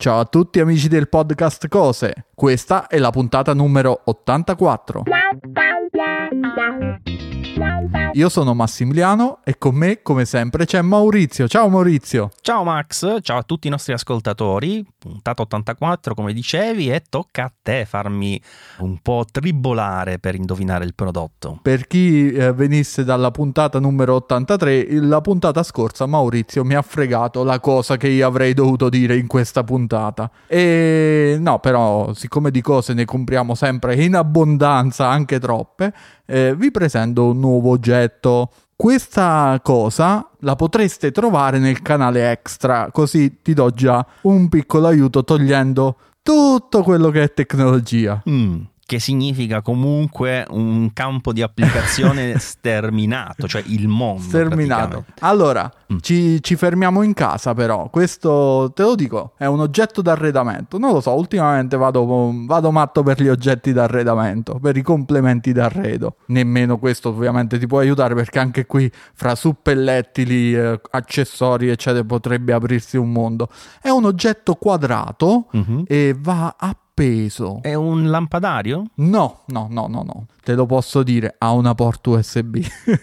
Ciao a tutti amici del podcast Cose, questa è la puntata numero 84. Io sono Massimiliano e con me, come sempre, c'è Maurizio. Ciao Maurizio. Ciao Max, ciao a tutti i nostri ascoltatori. Puntata 84, come dicevi, e tocca a te farmi un po' tribolare per indovinare il prodotto. Per chi venisse dalla puntata numero 83, la puntata scorsa Maurizio mi ha fregato la cosa che io avrei dovuto dire in questa puntata. E no, però, siccome di cose ne compriamo sempre in abbondanza, anche troppe, vi presento un nuovo oggetto. Questa cosa la potreste trovare nel canale Extra, così ti do già un piccolo aiuto togliendo tutto quello che è tecnologia. Che significa comunque un campo di applicazione sterminato, cioè il mondo. Sterminato. Allora, ci fermiamo in casa però, questo te lo dico, è un oggetto d'arredamento. Non lo so, ultimamente vado matto per gli oggetti d'arredamento, per i complementi d'arredo. Nemmeno questo ovviamente ti può aiutare, perché anche qui fra suppellettili, accessori eccetera potrebbe aprirsi un mondo. È un oggetto quadrato e va appeso. È un lampadario? No. Te lo posso dire, ha una porta USB.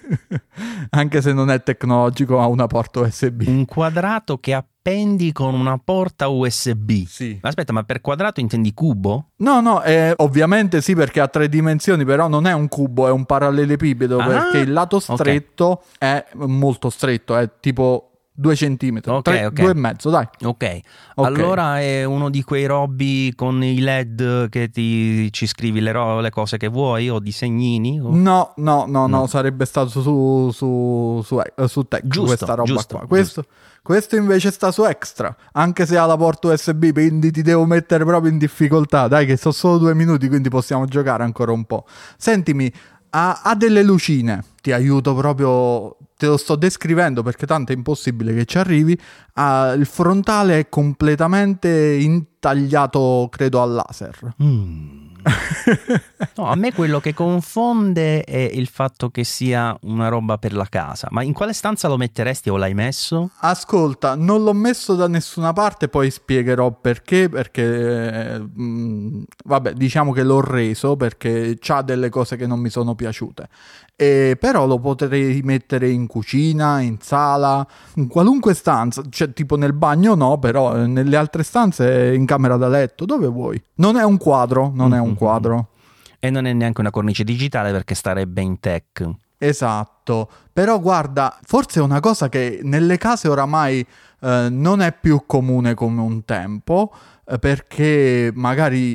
Anche se non è tecnologico, ha una porta USB. Un quadrato che appendi con una porta USB. Sì. Aspetta, ma per quadrato intendi cubo? No, ovviamente sì, perché ha 3 dimensioni, però non è un cubo, è un parallelepipedo, perché il lato stretto è molto stretto, è tipo 2 centimetri, 2,5, dai. Ok, allora è uno di quei robi con i LED che ci scrivi le cose che vuoi, o disegnini? O... No, sarebbe stato su Tech, giusto, questa roba giusto, qua. Questo invece sta su Extra, anche se ha la porta USB, quindi ti devo mettere proprio in difficoltà. Dai, che sono solo 2 minuti, quindi possiamo giocare ancora un po'. Sentimi, ha delle lucine, ti aiuto proprio, te lo sto descrivendo perché tanto è impossibile che ci arrivi. Il frontale è completamente intagliato, credo, al laser. No, a me quello che confonde è il fatto che sia una roba per la casa. Ma in quale stanza lo metteresti o l'hai messo? Ascolta, non l'ho messo da nessuna parte, poi spiegherò perché, vabbè, diciamo che l'ho reso perché c'ha delle cose che non mi sono piaciute. Però lo potrei mettere in cucina, in sala, in qualunque stanza, cioè tipo nel bagno no, però nelle altre stanze, in camera da letto, dove vuoi. Non è un quadro, E non è neanche una cornice digitale perché starebbe in tech. Esatto, però guarda, forse è una cosa che nelle case oramai non è più comune come un tempo, perché magari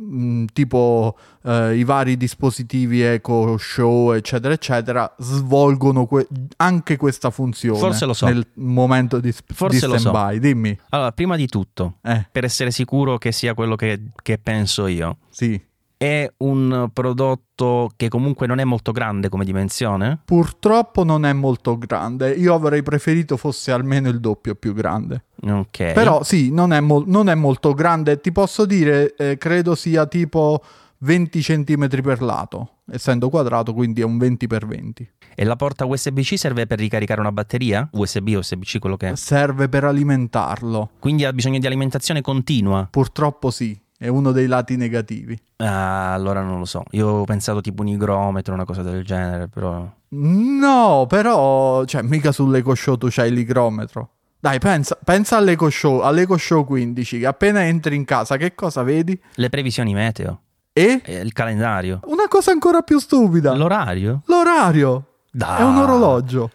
tipo i vari dispositivi Echo Show eccetera eccetera svolgono anche questa funzione. Forse lo so. Nel momento di stand-by. So. Dimmi. Allora, prima di tutto, per essere sicuro che sia quello che penso io, sì, è un prodotto che comunque non è molto grande come dimensione? Purtroppo non è molto grande. Io avrei preferito fosse almeno il doppio più grande. Ok. Però sì, non è molto grande. Ti posso dire, credo sia tipo 20 centimetri per lato, essendo quadrato, quindi è un 20 per 20. E la porta USB-C serve per ricaricare una batteria? USB-C, quello che è? Serve per alimentarlo. Quindi ha bisogno di alimentazione continua? Purtroppo sì. È uno dei lati negativi. Ah, allora non lo so. Io ho pensato tipo un igrometro, una cosa del genere, però... No, però... Cioè, mica sull'Eco Show tu c'hai l'igrometro. Dai, pensa all'Eco Show 15, che appena entri in casa, che cosa vedi? Le previsioni meteo. E? Il calendario. Una cosa ancora più stupida. L'orario? L'orario. Dai. È un orologio.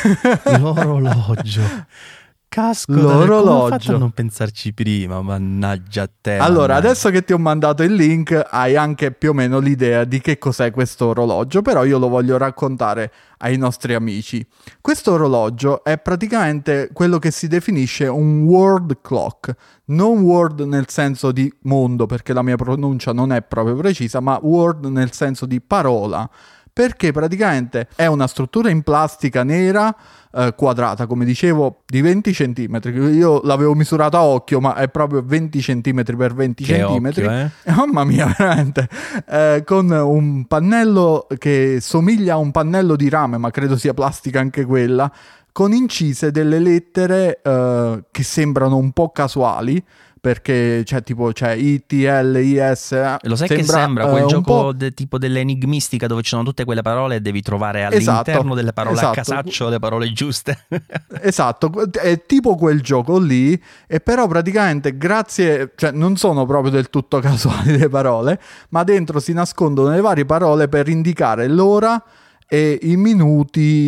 L'orologio. Casco, come ho fatto a non pensarci prima? Mannaggia te. Allora, adesso che ti ho mandato il link hai anche più o meno l'idea di che cos'è questo orologio, però io lo voglio raccontare ai nostri amici. Questo orologio è praticamente quello che si definisce un word clock, non word nel senso di mondo, perché la mia pronuncia non è proprio precisa, ma word nel senso di parola, perché praticamente è una struttura in plastica nera, quadrata, come dicevo, di 20 centimetri. Io l'avevo misurata a occhio, ma è proprio 20 centimetri per 20 che centimetri. Occhio, Mamma mia, veramente. Con un pannello che somiglia a un pannello di rame, ma credo sia plastica anche quella, con incise delle lettere che sembrano un po' casuali, perché c'è tipo c'è ITLIS. Lo sai che sembra quel gioco tipo dell'enigmistica dove ci sono tutte quelle parole e devi trovare all'interno delle parole a casaccio le parole giuste. Esatto, è tipo quel gioco lì, e però praticamente grazie, cioè non sono proprio del tutto casuali le parole, ma dentro si nascondono le varie parole per indicare l'ora e i minuti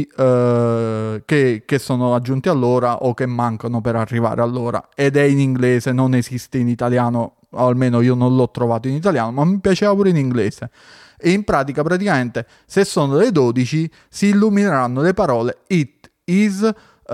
che sono aggiunti all'ora o che mancano per arrivare all'ora, ed è in inglese, non esiste in italiano, o almeno io non l'ho trovato in italiano, ma mi piaceva pure in inglese. E in pratica praticamente se sono le 12 si illumineranno le parole it is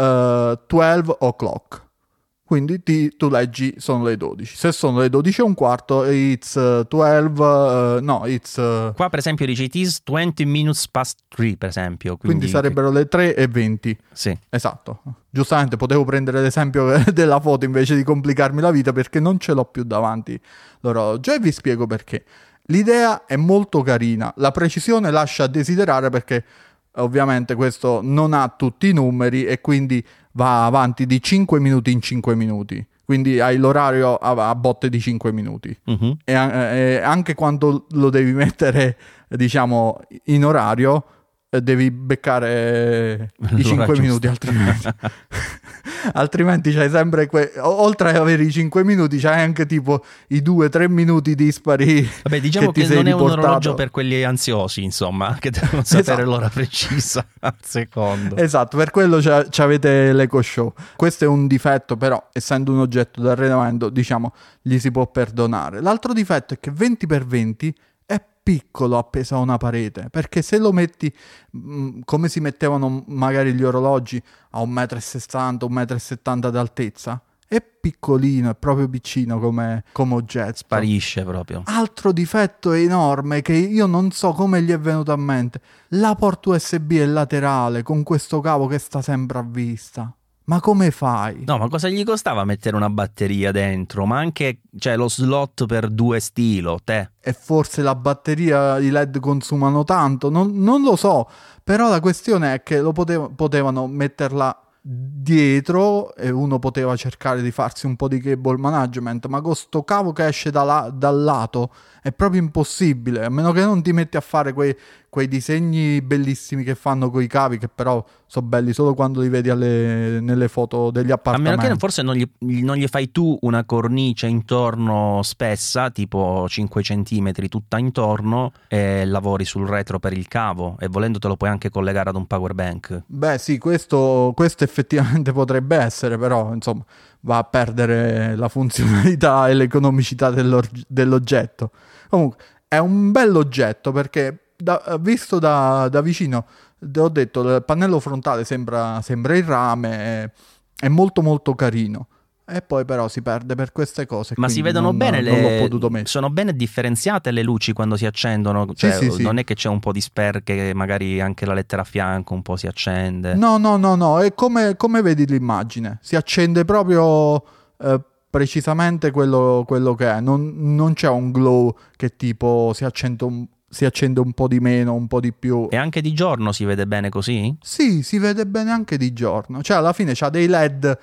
12 o'clock. Quindi tu leggi sono le 12. Se sono le 12 e un quarto, it's 12, no, it's... Qua per esempio dice it is 20 minutes past 3, per esempio. Quindi sarebbero le 3:20. Sì. Esatto. Giustamente potevo prendere l'esempio della foto invece di complicarmi la vita, perché non ce l'ho più davanti l'orologio, e vi spiego perché. L'idea è molto carina, la precisione lascia a desiderare perché ovviamente questo non ha tutti i numeri e quindi va avanti di 5 minuti in 5 minuti, quindi hai l'orario a botte di 5 minuti. Uh-huh. E anche quando lo devi mettere, diciamo, in orario, devi beccare i 5 minuti, altrimenti c'hai sempre oltre ad avere i 5 minuti c'hai anche tipo i 2-3 minuti dispari. Vabbè, diciamo che non è un orologio per quelli ansiosi, insomma, che devono sapere l'ora precisa al secondo. Esatto, per quello c'avete l'Eco Show. Questo è un difetto, però essendo un oggetto d'arredamento, diciamo, gli si può perdonare. L'altro difetto è che 20x20 è piccolo appeso a una parete, perché se lo metti come si mettevano magari gli orologi a 1,60 m, 1,70 m d'altezza, è piccolino, è proprio piccino come oggetto. Sparisce proprio. Altro difetto enorme che io non so come gli è venuto a mente: la porta USB è laterale con questo cavo che sta sempre a vista. Ma come fai? No, ma cosa gli costava mettere una batteria dentro? Ma anche, cioè, lo slot per 2 stilo, te? E forse la batteria, i LED consumano tanto? Non lo so, però la questione è che potevano metterla dietro e uno poteva cercare di farsi un po' di cable management, ma con sto cavo che esce dal lato è proprio impossibile, a meno che non ti metti a fare quei disegni bellissimi che fanno coi cavi, che però sono belli solo quando li vedi nelle foto degli appartamenti. A meno che forse non gli fai tu una cornice intorno spessa, tipo 5 centimetri tutta intorno, e lavori sul retro per il cavo, e volendo te lo puoi anche collegare ad un power bank. Beh sì, questo effettivamente potrebbe essere, però insomma va a perdere la funzionalità e l'economicità dell'oggetto. Comunque è un bell'oggetto perché visto da vicino, ho detto, il pannello frontale sembra in rame, è molto molto carino. E poi però si perde per queste cose. Ma si vedono bene non l'ho potuto mettere. Sono bene differenziate le luci quando si accendono, cioè, sì. Non è che c'è un po' di che magari anche la lettera a fianco un po' si accende. No, è come vedi l'immagine, si accende proprio precisamente quello che è, non c'è un glow che tipo si accende un po' di meno, un po' di più. E anche di giorno si vede bene così? Sì, si vede bene anche di giorno, cioè alla fine c'ha dei LED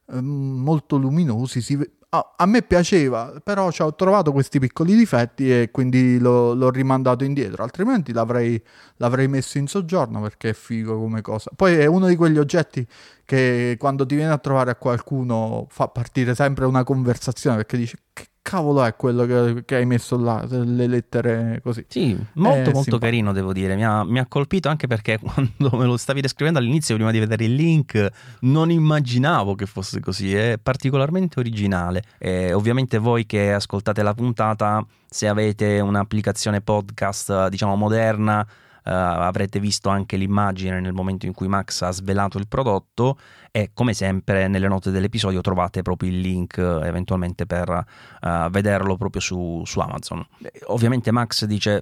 molto luminosi, a me piaceva, però ho trovato questi piccoli difetti e quindi l'ho rimandato indietro, altrimenti l'avrei messo in soggiorno perché è figo come cosa. Poi è uno di quegli oggetti che quando ti viene a trovare a qualcuno fa partire sempre una conversazione, perché dice: che cavolo è quello che hai messo là, le lettere così. Sì, molto carino, devo dire, mi ha colpito, anche perché quando me lo stavi descrivendo all'inizio, prima di vedere il link, non immaginavo che fosse così, è particolarmente originale. E ovviamente voi che ascoltate la puntata, se avete un'applicazione podcast diciamo moderna, avrete visto anche l'immagine nel momento in cui Max ha svelato il prodotto, e come sempre nelle note dell'episodio trovate proprio il link eventualmente per vederlo proprio su Amazon. Ovviamente Max dice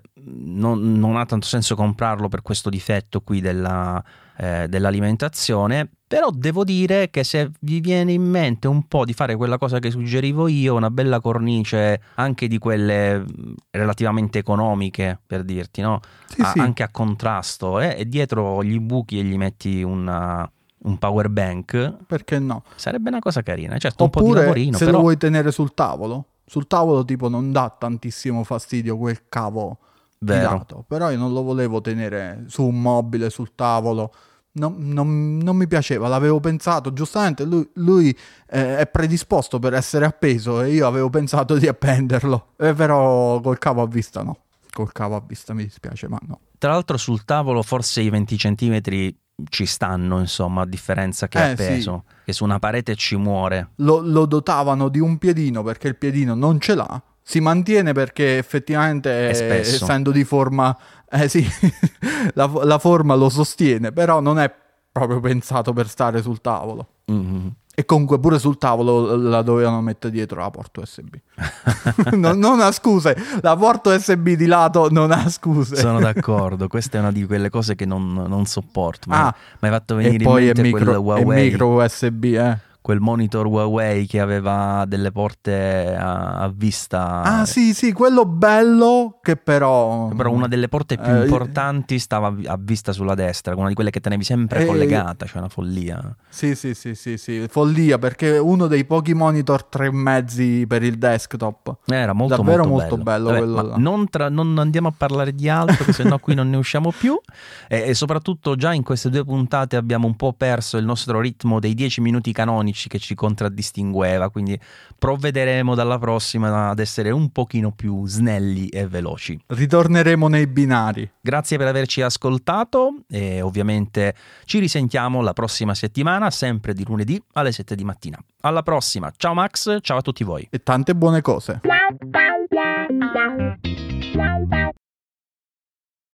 non ha tanto senso comprarlo per questo difetto qui dell'alimentazione, però devo dire che se vi viene in mente un po' di fare quella cosa che suggerivo io, una bella cornice anche di quelle relativamente economiche, per dirti, no? Sì. Anche a contrasto, e dietro gli buchi e gli metti un un power bank, perché no? Sarebbe una cosa carina, certo. Oppure, un po' di lavorino, se però... lo vuoi tenere sul tavolo tipo non dà tantissimo fastidio quel cavo di Vero. lato, però io non lo volevo tenere su un mobile, sul tavolo. Non mi piaceva, l'avevo pensato, giustamente lui è predisposto per essere appeso e io avevo pensato di appenderlo, però col cavo a vista no, col cavo a vista mi dispiace, ma no. Tra l'altro sul tavolo forse i 20 centimetri ci stanno, insomma, a differenza che appeso, sì. che su una parete ci muore. Lo dotavano di un piedino perché il piedino non ce l'ha, si mantiene perché effettivamente È spesso. essendo di forma, sì, la forma lo sostiene, però non è proprio pensato per stare sul tavolo. Mm-hmm. E comunque pure sul tavolo la dovevano mettere dietro la porta USB. non ha scuse, la porta USB di lato non ha scuse. Sono d'accordo, questa è una di quelle cose che non sopporto. Mi hai fatto venire e poi in mente quel Huawei. è micro USB, quel monitor Huawei che aveva delle porte a vista. Ah sì, quello bello che però una delle porte più importanti stava a vista sulla destra, una di quelle che tenevi sempre collegata, cioè una follia. Sì, follia, perché uno dei pochi monitor 3,5 per il desktop. Era molto davvero molto bello Vabbè, quello là. Non andiamo a parlare di altro, perché sennò qui non ne usciamo più. E soprattutto già in queste 2 puntate abbiamo un po' perso il nostro ritmo dei 10 minuti canonici che ci contraddistingueva, quindi provvederemo dalla prossima ad essere un pochino più snelli e veloci. Ritorneremo nei binari. Grazie per averci ascoltato e ovviamente ci risentiamo la prossima settimana, sempre di lunedì alle 7 di mattina. Alla prossima, ciao Max, ciao a tutti voi. E tante buone cose.